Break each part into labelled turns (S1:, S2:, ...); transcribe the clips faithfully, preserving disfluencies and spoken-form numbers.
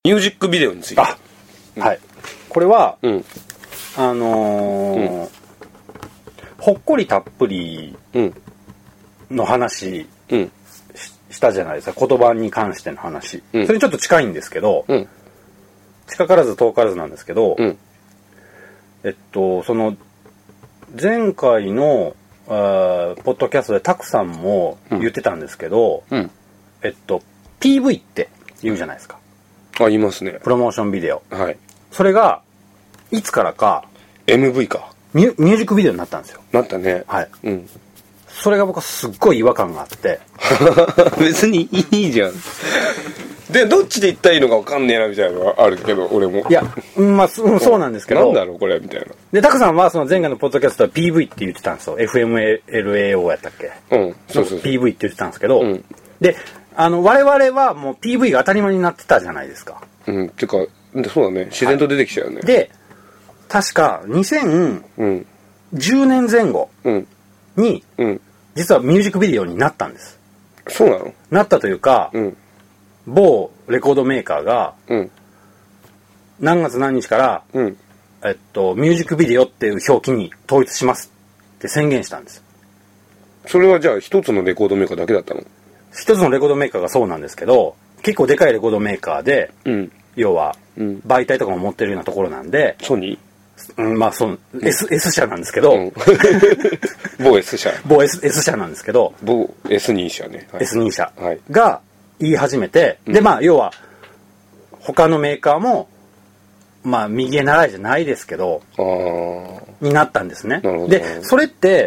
S1: ミュージックビデオについて。
S2: あ、うん、はい。これは、
S1: うん、
S2: あのーうん、ほっこりたっぷりの話、うん、し, したじゃないですか。言葉に関しての話、うん。それにちょっと近いんですけど、うん、近からず遠からずなんですけど、うん、えっと、その、前回の、あポッドキャストでタクさんも言ってたんですけど、うん、えっと、ピーブイ って言うじゃないですか。
S1: あ、言いますね。
S2: プロモーションビデオ。
S1: はい。
S2: それが、いつからか、
S1: エムブイ か。
S2: ミュ、ミュージックビデオになったんですよ。
S1: なったね。
S2: はい。うん。それが僕はすっごい違和感があって。
S1: 別にいいじゃん。で、どっちで言ったらいいのか分かんねえなみたいなのはあるけど、俺も。
S2: いや、まあ、そうなんですけど。
S1: なんだろうこれみたいな。
S2: で、タクさんはその前回のポッドキャストは ピーブイ って言ってたんですよ。エフエムエルエーオー やったっけ。
S1: うん。そうそうそう。
S2: ピーブイ って言ってたんですけど。うん、で、あの、我々はもう ピーブイ が当たり前になってたじゃないですか。
S1: うん。てか、そうだね。自然と出てきちゃうよね。はい、
S2: で、確かにせんじゅうねんぜん後に、うん、実はミュージックビデオになったんです。
S1: そうなの？
S2: なったというか、うん、某レコードメーカーが、うん、何月何日から、うん、えっと、ミュージックビデオっていう表記に統一しますって宣言したんです。
S1: それはじゃあ一つのレコードメーカーだけだったの？
S2: 一つのレコードメーカーがそうなんですけど、結構でかいレコードメーカーで、うん、要は、うん、媒体とかも持ってるようなところなんで、
S1: ソニー？
S2: うん、まあそう、うん、S, S 社なんですけど、うん、
S1: 某 S 社
S2: 某 S, S 社なんですけど、
S1: 某 エスツー 社ね、
S2: はい、エスツー 社が言い始めて、うん、でまあ要は他のメーカーもまあ右へ習いじゃないですけど、あになったんですね。でそれって、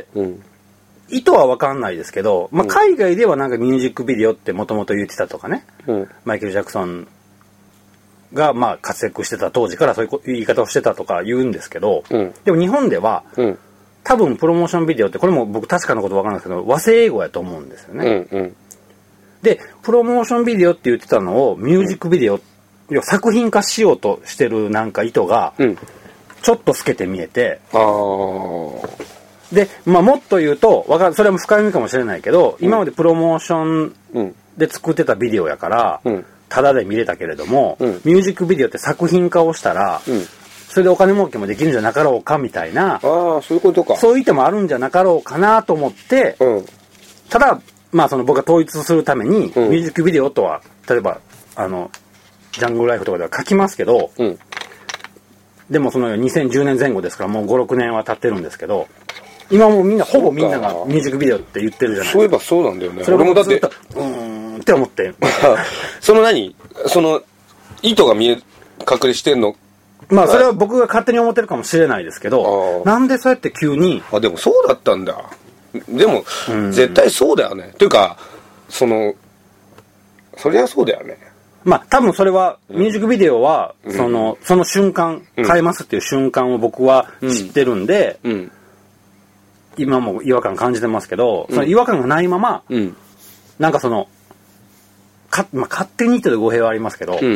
S2: うん、意図は分かんないですけど、まあ、海外ではなんかミュージックビデオってもともと言ってたとかね、うん、マイケル・ジャクソンがまあ活躍してた当時からそういう言い方をしてたとか言うんですけど、うん、でも日本では、うん、多分プロモーションビデオってこれも僕確かなこと分かんないですけど和製英語やと思うんですよね、うんうん、でプロモーションビデオって言ってたのをミュージックビデオ、要は作品化しようとしてるなんか意図がちょっと透けて見えて、うん、で、まあ、もっと言うとわかる、それも深読みかもしれないけど、今までプロモーションで作ってたビデオやから、うんただで見れたけれども、うん、ミュージックビデオって作品化をしたら、うん、それでお金儲けもできるんじゃなかろうかみたいな、
S1: ああそういうことか、
S2: そういう意図もあるんじゃなかろうかなと思って、うん、ただまあその僕が統一するために、うん、ミュージックビデオとは例えばあのジャングルライフとかでは書きますけど、うん、でもそのにせんじゅうねんぜん後ですからもうごろくねんは経ってるんですけど、今もうみんなほぼみんながミュージックビデオって言ってるじゃないですか。
S1: そういえばそうなんだよね。
S2: それもだってうーんって思って
S1: その何その意図が見え隠れしてんの、
S2: まあそれは僕が勝手に思ってるかもしれないですけど、なんでそうやって急に、
S1: あでもそうだったんだ、でも絶対そうだよねというか、そのそりゃそうだよね。
S2: まあ多分それはミュージックビデオは、うん、そのその瞬間、うん、変えますっていう瞬間を僕は知ってるんで、うんうん、今も違和感感じてますけど、その違和感がないまま、うん、なんかそのか、まあ、勝手にっていう語弊はありますけど、うん、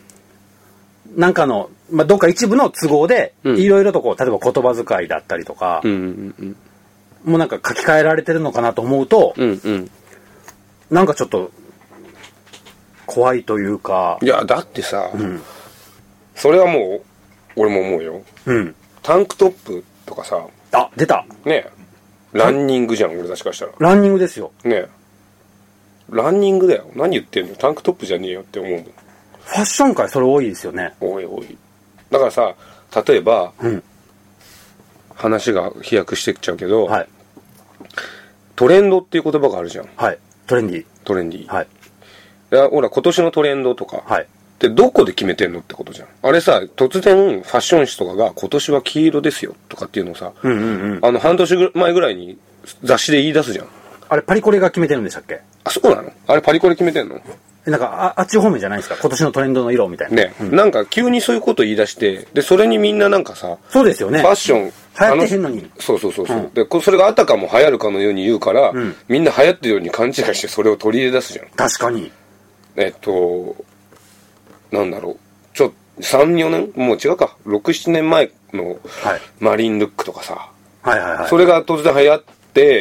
S2: なんかの、まあ、どっか一部の都合でいろいろとこう例えば言葉遣いだったりとか、うんうんうん、もうなんか書き換えられてるのかなと思うと、うんうん、なんかちょっと怖いというか。
S1: いやだってさ、うん、それはもう俺も思うよ、うん、タンクトップとかさ、
S2: あ出た
S1: ねえランニングじゃん俺たちからしたら。
S2: ランニングですよ
S1: ねえ、ランニングだよ。何言ってんの、タンクトップじゃねえよって思うもん。
S2: ファッション界それ多いですよね。
S1: 多い多い。だからさ例えば、うん、話が飛躍してきちゃうけど、はい、トレンドっていう言葉があるじゃん。
S2: はい。トレンディー。
S1: トレンディー。
S2: はい。
S1: いやほら今年のトレンドとか、はい、でどこで決めてんのってことじゃん。あれさ突然ファッション誌とかが今年は黄色ですよとかっていうのをさ、うんうんうん、あの半年前ぐらいに雑誌で言い出すじゃん。
S2: あれパリコレが決めてるんでしたっけ。
S1: あそうなの。あれパリコレ決めてんの。
S2: なんか あ, あっち方面じゃないですか、今年のトレンドの色みたいな
S1: ね、うん、なんか急にそういうこと言い出して、でそれにみんななんかさ、
S2: そうですよね、
S1: ファッション
S2: 流行ってへんのに、
S1: そうそうそうそう、うん、でそれがあたかも流行るかのように言うから、うん、みんな流行ってるように勘違いしてそれを取り入れ出すじゃん。
S2: 確かに。
S1: えっとなんだろう、ちょ さん,よ 年もう違うかろく、ななねんまえのマリンルックとかさ、はいはいはいはい、それが突然流行って、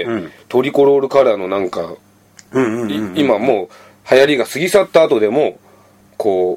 S1: うん、トリコロールカラーのなんか、うんうんうんうん、今もう流行りが過ぎ去った後でもこ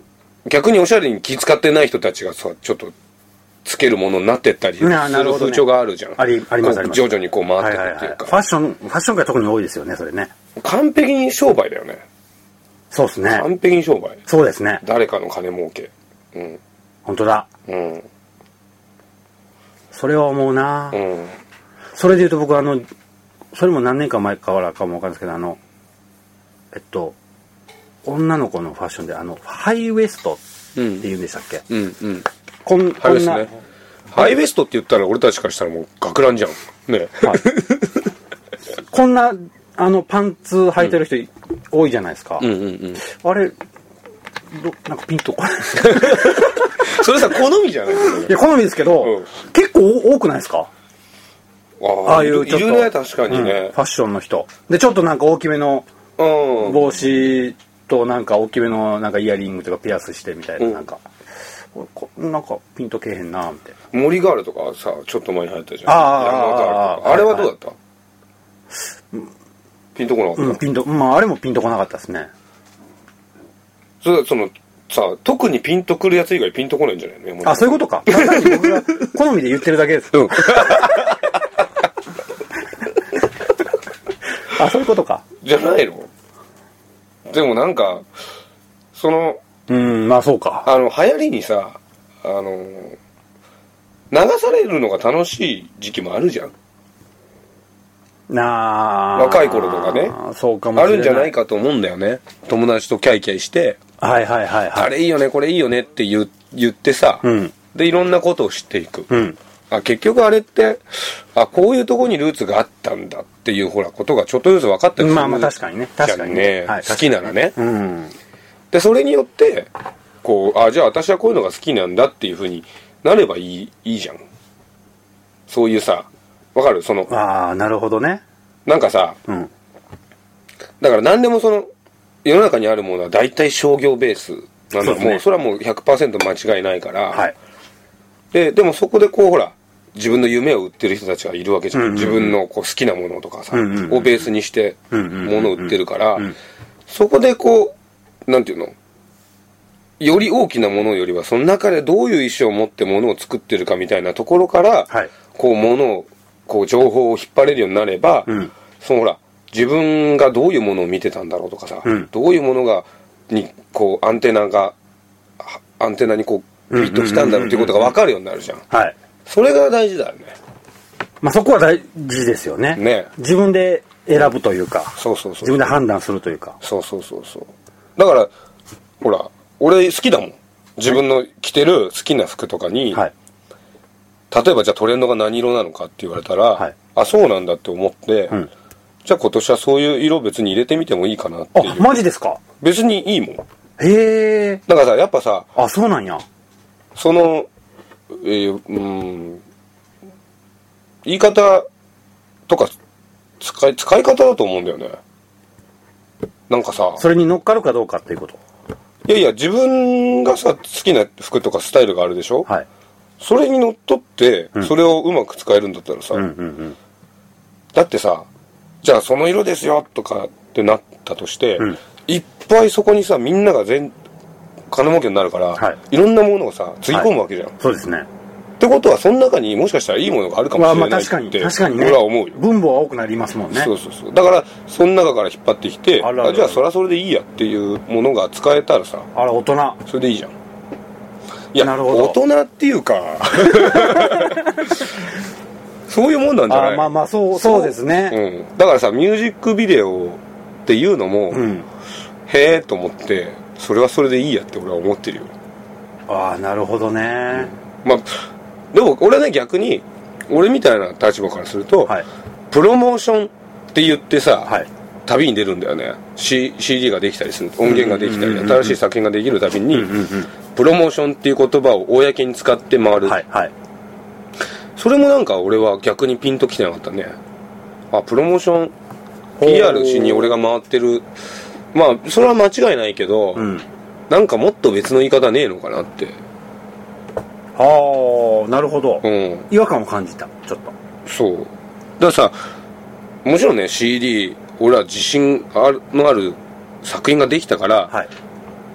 S1: 逆におしゃれに気遣ってない人たちがさちょっとつけるものになってったりする風潮があるじゃん、ね、
S2: ありありますあります。
S1: 徐々にこう回っていくっていうか、はいはいはい、
S2: ファッションファッションが特に多いですよねそれね。
S1: 完璧に商売だよね。
S2: そうですね。
S1: 完璧に商売。そうですね。誰かの金儲け。うん。
S2: 本当だ。
S1: うん。
S2: それは思うな。
S1: うん。
S2: それで言うと僕あのそれも何年か前からかも分かるんですけどあのえっと女の子のファッションであのハイウエストっていうんでしたっけ？
S1: うんうん。
S2: こんこんな
S1: ハイウエストって言ったら俺たちからしたらもう学ランじゃん。ね。はい。
S2: こんなあのパンツ履いてる人、うん、多いじゃないですか。
S1: うんうんうん。
S2: あれどなんかピンとこない。
S1: それさ好みじゃない？い
S2: や好みですけど、うん、結構多くないですか？
S1: あ, ああいうちょっといるね確かにね、
S2: うん、ファッションの人でちょっとなんか大きめの帽子となんか大きめのなんかイヤリングとかピアスしてみたいな、うん、なんかなんかピンとけえへんなみたいな。
S1: 森ガールとかさちょっと前に流行ったじゃん。
S2: ああ
S1: ああれはどうだった？はいはい、ピンとこなかった、
S2: うん、ピンとまああれもピンとこなかったですね。
S1: それそのさ特にピンとくるやつ以外ピンとこないんじゃないの？
S2: あそういうことか。単に僕が好みで言ってるだけです。うんあそういうことか。
S1: じゃないの？でもなんかその
S2: うんまあそうか。
S1: あの流行りにさあの流されるのが楽しい時期もあるじゃん。
S2: な
S1: 若い頃とかね。
S2: そうかもしれない。
S1: あるんじゃないかと思うんだよね。友達とキャイキャイして、
S2: はいはいはい、はい、
S1: あれいいよねこれいいよねって言言ってさ、
S2: うん、
S1: でいろんなことを知っていく。
S2: うん、
S1: あ結局あれってあこういうところにルーツがあったんだっていうほらことがちょっとずつ分かったりする。
S2: まあまあ確かにね確かにね、
S1: はい、好きならね、
S2: うん、
S1: でそれによってこうあじゃあ私はこういうのが好きなんだっていうふうになればいいいいじゃん。そういうさ分かるその
S2: ああなるほどね。
S1: なんかさ、
S2: うん、
S1: だから何でもその世の中にあるものは大体商業ベースなんだ、ね、もうそれはもう ひゃくパーセント 間違いないから、
S2: はい、
S1: ででもそこでこうほら自分の夢を売ってる人たちがいるわけじゃん、うんうんうん、自分のこう好きなものとかさ、うんうんうん、をベースにしてものを売ってるから、うんうんうん、そこでこうなんていうのより大きなものよりはその中でどういう意思を持ってものを作ってるかみたいなところから、
S2: はい、
S1: こうものをこう情報を引っ張れるようになれば、
S2: うん、
S1: そのほら自分がどういうものを見てたんだろうとかさ、
S2: うん、
S1: どういうものがにこうアンテナがアンテナにこうピッときたんだろうっていうことが分かるようになるじゃん、
S2: はい、
S1: それが大事だよね。
S2: まあそこは大事ですよね。
S1: ね
S2: 自分で選ぶというか、
S1: そうそうそう
S2: 自分で判断するというか、
S1: そうそうそうそう。だからほら俺好きだもん。自分の着てる好きな服とかに、
S2: はい、
S1: 例えばじゃあトレンドが何色なのかって言われたら、はい、あそうなんだって思って、
S2: うん、
S1: じゃあ今年はそういう色別に入れてみてもいいかなっていう。
S2: あマジですか？
S1: 別にいいもん。
S2: へえ。
S1: だからさやっぱさ
S2: あそうなんや。
S1: そのえー、うん言い方とか使い使い方だと思うんだよね。なんかさ
S2: それに乗っかるかどうかっていうこと。
S1: いやいや自分がさ好きな服とかスタイルがあるでしょ、
S2: はい、
S1: それにのっとって、
S2: うん、
S1: それをうまく使えるんだったらさ、
S2: うんうんうん、
S1: だってさじゃあその色ですよとかってなったとして、
S2: うん、
S1: いっぱいそこにさみんなが全金儲けになるから、
S2: はい、
S1: いろんなものをさつぎ込むわけじゃん、
S2: はい、そうですね。
S1: ってことはその中にもしかしたらいいものがあるかもしれないって、まあ、まあ確かに確かにね俺は思うよ。
S2: 分母は多くなりますもんね。
S1: そうそうそうだからその中から引っ張ってきて
S2: あららら
S1: あじゃあそれはそれでいいやっていうものが使えたらさ
S2: あら大人
S1: それでいいじゃん。いや
S2: なるほど
S1: 大人っていうかそういうもんなんじゃない。
S2: あまあまあそうそうですね、
S1: うん、だからさミュージックビデオっていうのも、
S2: うん、
S1: へえと思ってそれはそれでいいやって俺は思ってるよ。
S2: ああなるほどね、
S1: うん、まあでも俺はね逆に俺みたいな立場からすると、
S2: はい、
S1: プロモーションって言ってさ、
S2: はい、
S1: 旅に出るんだよね。 C シーディー ができたりする音源ができたり新しい作品ができるたびに、
S2: うんうんうん、
S1: プロモーションっていう言葉を公に使って回る、
S2: はいはい、
S1: それもなんか俺は逆にピンときてなかったね。あプロモーション ピーアール しに俺が回ってるまあそれは間違いないけど、
S2: うん、なん
S1: かもっと別の言い方ねえのかなって。
S2: ああなるほど、
S1: うん、
S2: 違和感を感じたちょっと。
S1: そうだからさもちろんね シーディー 俺は自信あるのある作品ができたから、
S2: はい、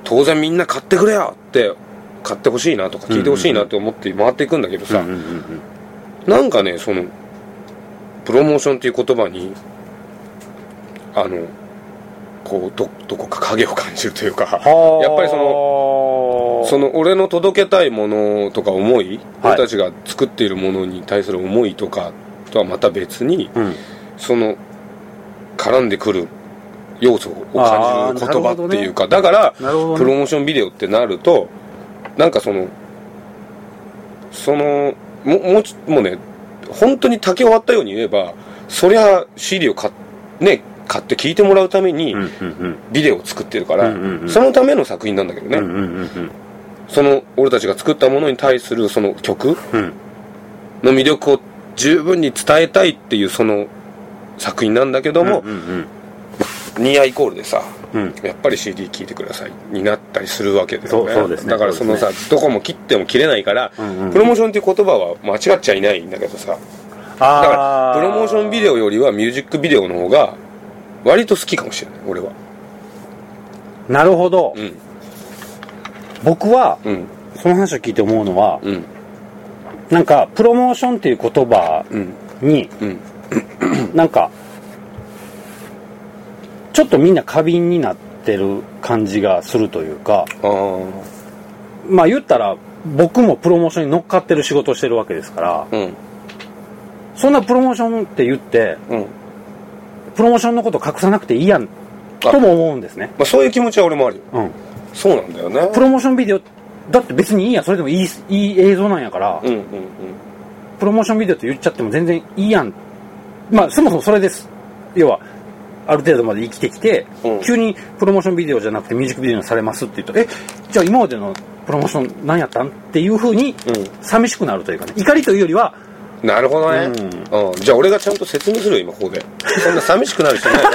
S1: 当然みんな買ってくれよって買ってほしいなとか聞いてほしいなって思って回っていくんだけどさ、なんかねそのプロモーションっていう言葉にあのこう ど, どこか影を感じるというか、やっぱりそのその俺の届けたいものとか思い、はい、俺たちが作っているものに対する思いとかとはまた別に、うん、その絡んでくる要素を感じる言葉っていうか、ね、だから、ね、プロモーションビデオってなるとなんかそのそのもももうね本当に竹を割ったように言えばそりゃ シーディー を買っ、ね、買って聴いてもらうためにビデオを作ってるから、うんうんうん、そのための作品なんだけどね、うんうんうん、その俺たちが作ったものに対するその曲の魅力を十分に伝えたいっていうその作品なんだけども、うんうんうん、ニアイコールでさ、うん、やっぱり シーディー 聴いてくださいになったりするわけだよね。
S2: そうそうですね。
S1: だからそのさ、ね、どこも切っても切れないから、うんうん、プロモーションっていう言葉は間違っちゃいないんだけどさ、だからプロモーションビデオよりはミュージックビデオの方が割と好きかもしれない俺は。
S2: なるほど、うん、僕は、うん、その話を聞いて思うのは、うん、なんかプロモーションっていう言葉に、うんうん、なんかちょっとみんな過敏になってる感じがするというか、あまあ言ったら僕もプロモーションに乗っかってる仕事をしてるわけですから、うん、そんなプロモーションって言って、うん、プロモーションのこと隠さなくていいやんとも思うんですね。
S1: まあ、そういう気持ちは俺もあるよ、うん、そうなんだよね。
S2: プロモーションビデオだって別にいいやん、それでもいい、いい映像なんやから、うんうんうん、プロモーションビデオって言っちゃっても全然いいやん。まあそもそもそれです。要はある程度まで生きてきて、うん、急にプロモーションビデオじゃなくてミュージックビデオにされますって言うと、えじゃあ今までのプロモーション何やったんっていう風に寂しくなるというかね、怒りというよりは。
S1: なるほどね、うんうん、じゃあ俺がちゃんと説明するよ今ここで。そんな寂しくなる人ない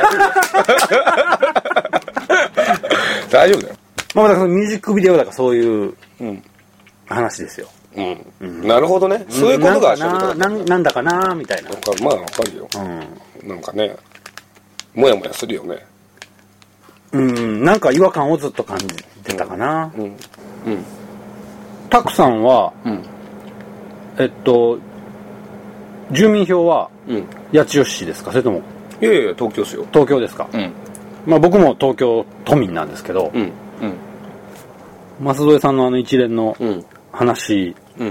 S1: 大丈夫だよ。
S2: まあだからミュージックビデオだからそういう話ですよ、
S1: うんうん、なるほどね、そういうことが
S2: な, な, なんだかなみたいな。
S1: まあわかるよ、うん、なんかねもやもやするよね。
S2: うんなんか違和感をずっと感じてたかな。うんうん、タクさんは、うん、えっと住民票は八千代市ですか、それとも。
S1: いやいや東京ですよ。
S2: 東京ですか、うん、まあ僕も東京都民なんですけど、うんうん、舛添さんのあの一連の話、うんうん、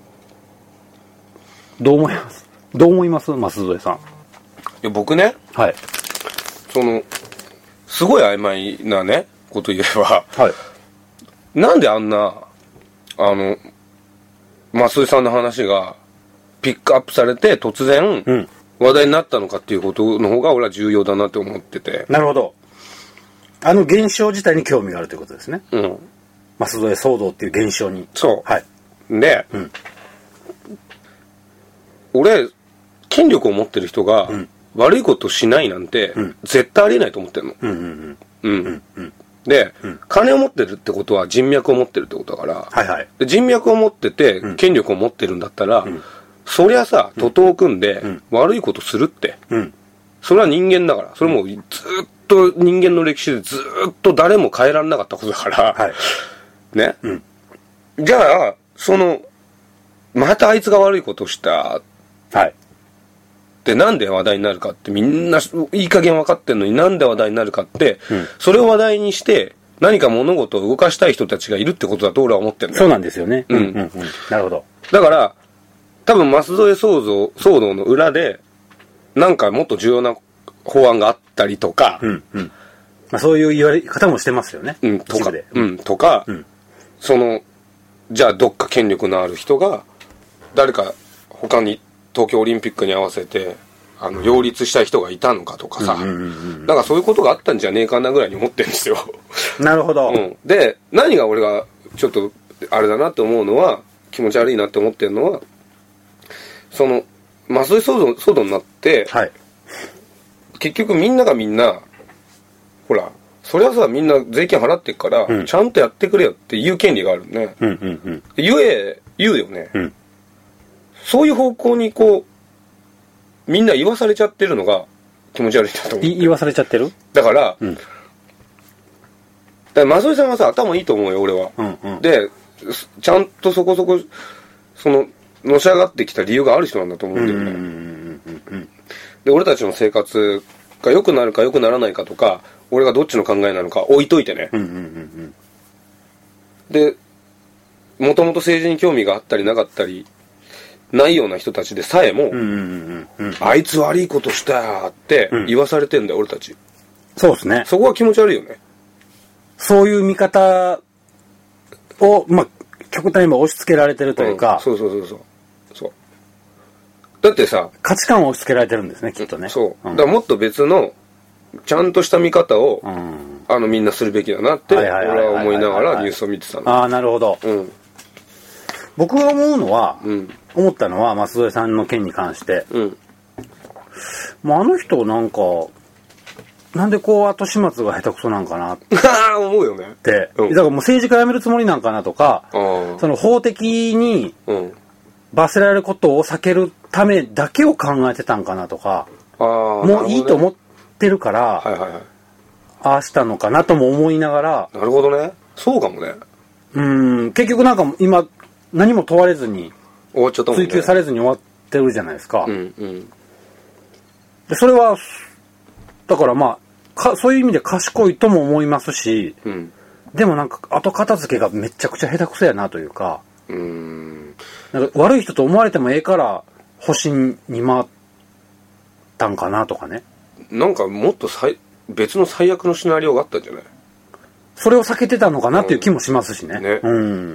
S2: どう思いますどう思います舛添さん。い
S1: や僕ね、はい、そのすごい曖昧なねこと言えば、はい、なんであんなあの舛添さんの話がピックアップされて突然話題になったのかっていうことの方が俺は重要だなって思ってて。
S2: なるほど。あの現象自体に興味があるということですね。うん。舛添騒動っていう現象に。
S1: そう。はい。で、うん、俺権力を持ってる人が悪いことしないなんて絶対ありえないと思ってるの。うんうんうん。うんうんうん。で、うん、金を持ってるってことは人脈を持ってるってことだから、はいはい、で人脈を持ってて権力を持ってるんだったら、うん、そりゃさ徒党を組んで悪いことするって、うん、それは人間だから、それもずっと人間の歴史でずっと誰も変えられなかったことだから、はい、ね、うん、じゃあそのまたあいつが悪いことをした、はい、でなんで話題になるかってみんないい加減分かってんのになんで話題になるかって、うん、それを話題にして何か物事を動かしたい人たちがいるってことだと俺は思ってるんだよ。
S2: そうなんですよね。うんうんうん。なるほど。
S1: だから多分舛添騒動騒動の裏でなんかもっと重要な法案があったりとか、うんうん、
S2: まあ、そういう言われ方もしてますよね。
S1: うん、とか、うん、とか、うん、そのじゃあどっか権力のある人が誰か他に東京オリンピックに合わせてあの擁立したい人がいたのかとかさ、うんうんうんうん、だからそういうことがあったんじゃねえかなぐらいに思ってるんですよ。
S2: なるほど、
S1: うん、で何が俺がちょっとあれだなって思うのは気持ち悪いなって思ってるのはその舛添騒動騒動になって、はい、結局みんながみんなほらそれはさみんな税金払ってっから、うん、ちゃんとやってくれよって言う権利があるね、うんうんうん、言え言うよね、うん、そういう方向にこうみんな言わされちゃってるのが気持ち悪いなと思って。
S2: 言わされちゃってる？
S1: だから、うん、だだから増井さんはさ頭いいと思うよ俺は、うんうん、でちゃんとそこそこそののし上がってきた理由がある人なんだと思うんだよね、うんうんうんうん、で俺たちの生活が良くなるか良くならないかとか俺がどっちの考えなのか置いといてね、うんうんうんうん、でもともと政治に興味があったりなかったりないような人たちでさえも、うんうんうんうん、あいつ悪いことしたやって言わされてんだよ、うん、俺たち。
S2: そうですね。
S1: そこは気持ち悪いよね。
S2: そういう見方を、まあ、極端に押し付けられてるというか、うん、
S1: そうそうそうそうそうだってさ
S2: 価値観を押し付けられてるんですねきっとね。
S1: そう、うん、だからもっと別のちゃんとした見方を、うん、あのみんなするべきだなって俺は思いながらニュースを見てたの。
S2: ああなるほど、うん、僕が思うのは、うん、思ったのは舛添さんの件に関して、うん、もうあの人なんかなんでこう後始末が下手くそなんかなって
S1: 思うよね
S2: って、うん、だからもう政治家辞めるつもりなんかなとか、その法的に罰せられることを避けるためだけを考えてたんかなとか、あ、もういいと思ってるから、はいはいはい、ああしたのかなとも思いながら。
S1: なるほどね。そうかもね。
S2: うん結局なんか今何も問われずに
S1: 終わっちゃったもんね。
S2: 追及されずに終わってるじゃないですか、
S1: うんうん、
S2: でそれはだからまあかそういう意味で賢いとも思いますし、うん、でもなんか後片付けがめちゃくちゃ下手くそやなというか、うーんなんか悪い人と思われてもええから保身に回ったんかなとかね。
S1: なんかもっと最別の最悪のシナリオがあったんじゃない？
S2: それを避けてたのかなっていう気もしますしね。うん、ね、うん、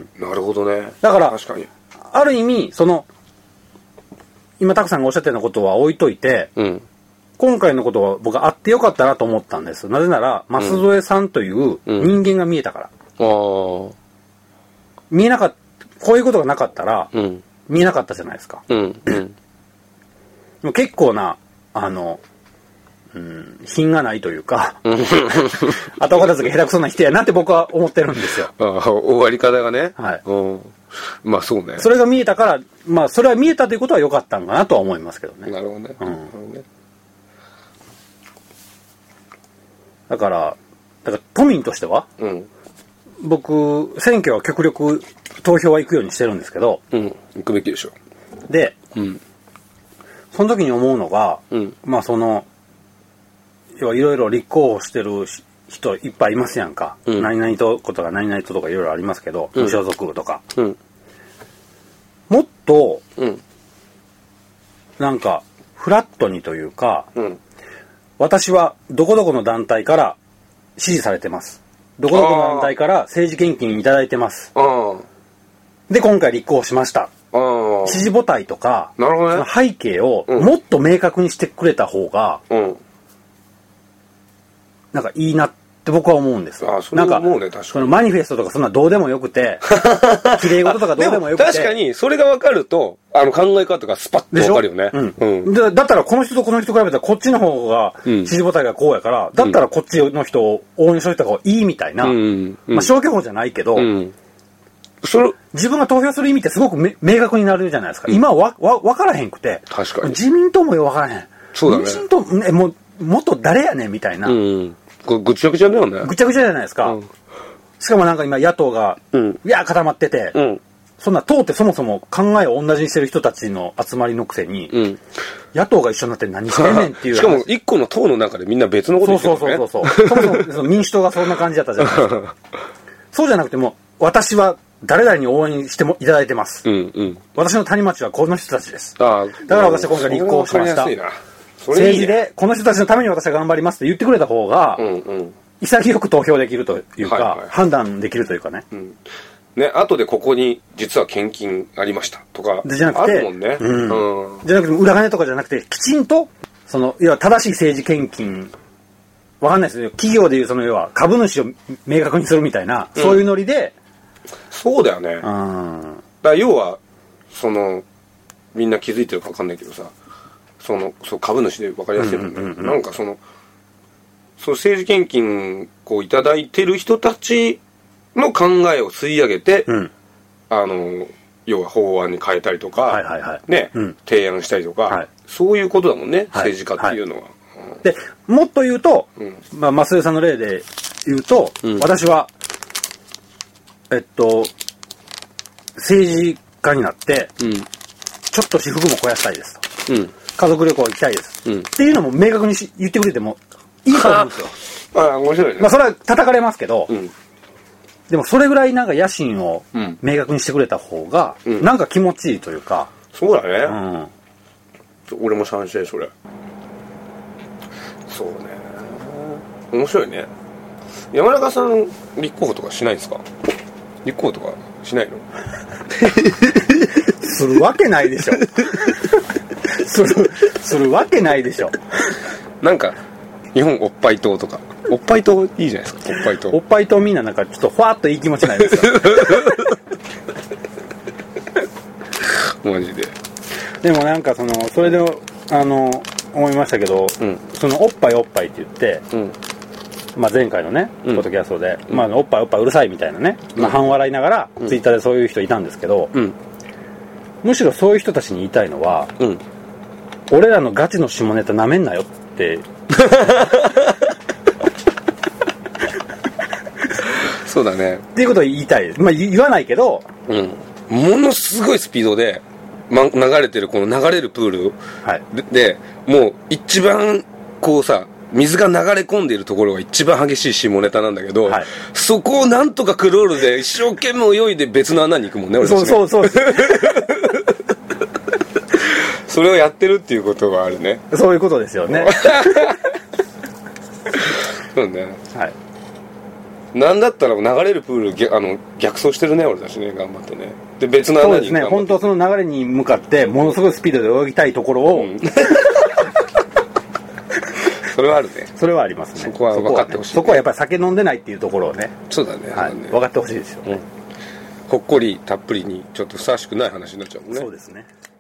S1: なるほどね。
S2: だから
S1: 確かに
S2: ある意味その今タクさんがおっしゃったようなことは置いといて、うん、今回のことは僕はあってよかったなと思ったんです。なぜなら舛添さんという人間が見えたから、うんうん、見えなかったこういうことがなかったら、うん、見えなかったじゃないですか、うんうん、でも結構なあの、うん、品がないというか後片付け下手くそな人やなって僕は思ってるんですよ。
S1: あ終わり方がね、はい、うんまあそうね。
S2: それが見えたからまあそれは見えたということは良かったんかなとは思いますけどね。
S1: なるほどね、うん、なるほどね。
S2: だからだから都民としては、うん、僕選挙は極力投票は行くようにしてるんですけど、
S1: うん、行くべきでしょ。
S2: で、うん、その時に思うのが、うん、まあその要はいろいろ立候補してる人いっぱいいますやんか、うん、何々とことか何々ととかいろいろありますけど、うん、無所属とか、うん、もっと、うん、なんかフラットにというか、うん、私はどこどこの団体から支持されてます、どこどこの団体から政治献金いただいてます、で今回立候補しました、支持母体とか、
S1: なるほどね、
S2: その背景をもっと明確にしてくれた方が、うん、なんかいいなって僕は思うんです。
S1: ああそれは思うね。確かに
S2: そのマニフェストとかそんなどうでもよくて綺麗事とかどうでもよくて
S1: 確かにそれが分かるとあの考え方がスパッと分かるよね。
S2: うんうん、でだったらこの人とこの人比べたらこっちの方が支持母体がこうやから、うん、だったらこっちの人を応援しといた方がいいみたいな、うんうんまあ、消去法じゃないけど、うん、それ自分が投票する意味ってすごく明確になるじゃないですか、うん、今はわわ分からへんくて
S1: 確かに
S2: 自民党もよ分からへん。
S1: そうだね。
S2: 民進党、ね、もう元誰やねんみたいな、うん
S1: これぐちゃぐちゃだよね。
S2: ぐちゃぐちゃじゃないですか、うん、しかもなんか今野党が、うん、いや固まってて、うん、そんな党ってそもそも考えを同じにしてる人たちの集まりのくせに、うん、野党が一緒になって何してんねんっていう
S1: しかも一個の党の中でみんな別のこと言ってるね。
S2: そうそうそうそうそもそもその民主党がそんな感じだったじゃないですかそうじゃなくても私は誰々に応援してもいただいてます、うんうん、私の谷町はこの人たちです。あだから私は今回立候補しました。政治でこの人たちのために私は頑張りますって言ってくれた方が、うんうん、潔く投票できるというか、はいはい、判断できるというかね、うん、
S1: ね後でここに実は献金ありましたとか
S2: でじゃなくて
S1: あるもんね、うん
S2: うん、じゃなくて裏金とかじゃなくてきちんとその要は正しい政治献金わかんないですよ企業でいうその要は株主を明確にするみたいな、うん、そういうノリで
S1: そうだよね、うん、だから要はそのみんな気づいてるか分かんないけどさそのそう株主で分かりやすいもんね、うんうんうん、なんかそのその政治献金をいただいてる人たちの考えを吸い上げて、うん、あの要は法案に変えたりとか、はいはいはいねうん、提案したりとか、はい、そういうことだもんね、はい、政治家っていうのは、はいはい、
S2: でもっと言うと、うんまあ、増江さんの例で言うと、うん、私はえっと政治家になって、うん、ちょっと私服も肥やしたいですと、うん、家族旅行行きたいです、うん、っていうのも明確にし言ってくれてもいいと思うんですよ。
S1: ああ面白いね。
S2: まあそれは叩かれますけど、うん、でもそれぐらいなんか野心を明確にしてくれた方が、うん、なんか気持ちいいというか。
S1: そうだね。うん、俺も賛成それ。そうね。面白いね。山中さん立候補とかしないんですか？立候補とかしないの？
S2: するわけないでしょ。するするわけないでしょ。
S1: なんか日本おっぱい党とか。おっぱい党いいじゃないですか。おっぱい党。
S2: おっぱい党みんななんかちょっとふわっといい気持ちないですか？
S1: マジで。
S2: でもなんかそのそれであの思いましたけど、うん、そのおっぱいおっぱいって言って、うん、まあ前回のねポッドキャストで、うん、まあおっぱいおっぱいうるさいみたいなね、うん、まあ半笑いながら、うん、ツイッターでそういう人いたんですけど、うん、むしろそういう人たちに言いたいのは、うん、俺らのガチの下ネタなめんなよって。
S1: そうだね。
S2: っていうことを言いたい。まあ言わないけど、
S1: うん、ものすごいスピードで、ま、流れてるこの流れるプール、はい、で, でもう一番こうさ水が流れ込んでいるところが一番激しい下ネタなんだけど、はい、そこをなんとかクロールで一生懸命泳いで別の穴に行くもんね。俺たちね。
S2: そうそうそう。
S1: それをやってるっていうことがあるね。
S2: そういうことですよね。
S1: そうね。はい。なんだったら流れるプール逆あの逆走してるね俺たちね頑張ってね。で別の穴に。
S2: そうですね。本当その流れに向かってものすごいスピードで泳ぎたいところを。うん、
S1: それはあるね。
S2: それはありますね。
S1: そこは分かってほしい、ね。
S2: そこはやっぱり酒飲んでないっていうところをね。
S1: そうだね。
S2: はい。
S1: ね、
S2: 分かってほしいですよね、うん。
S1: ほっこりたっぷりにちょっとふさわしくない話になっちゃうもんね。
S2: そうですね。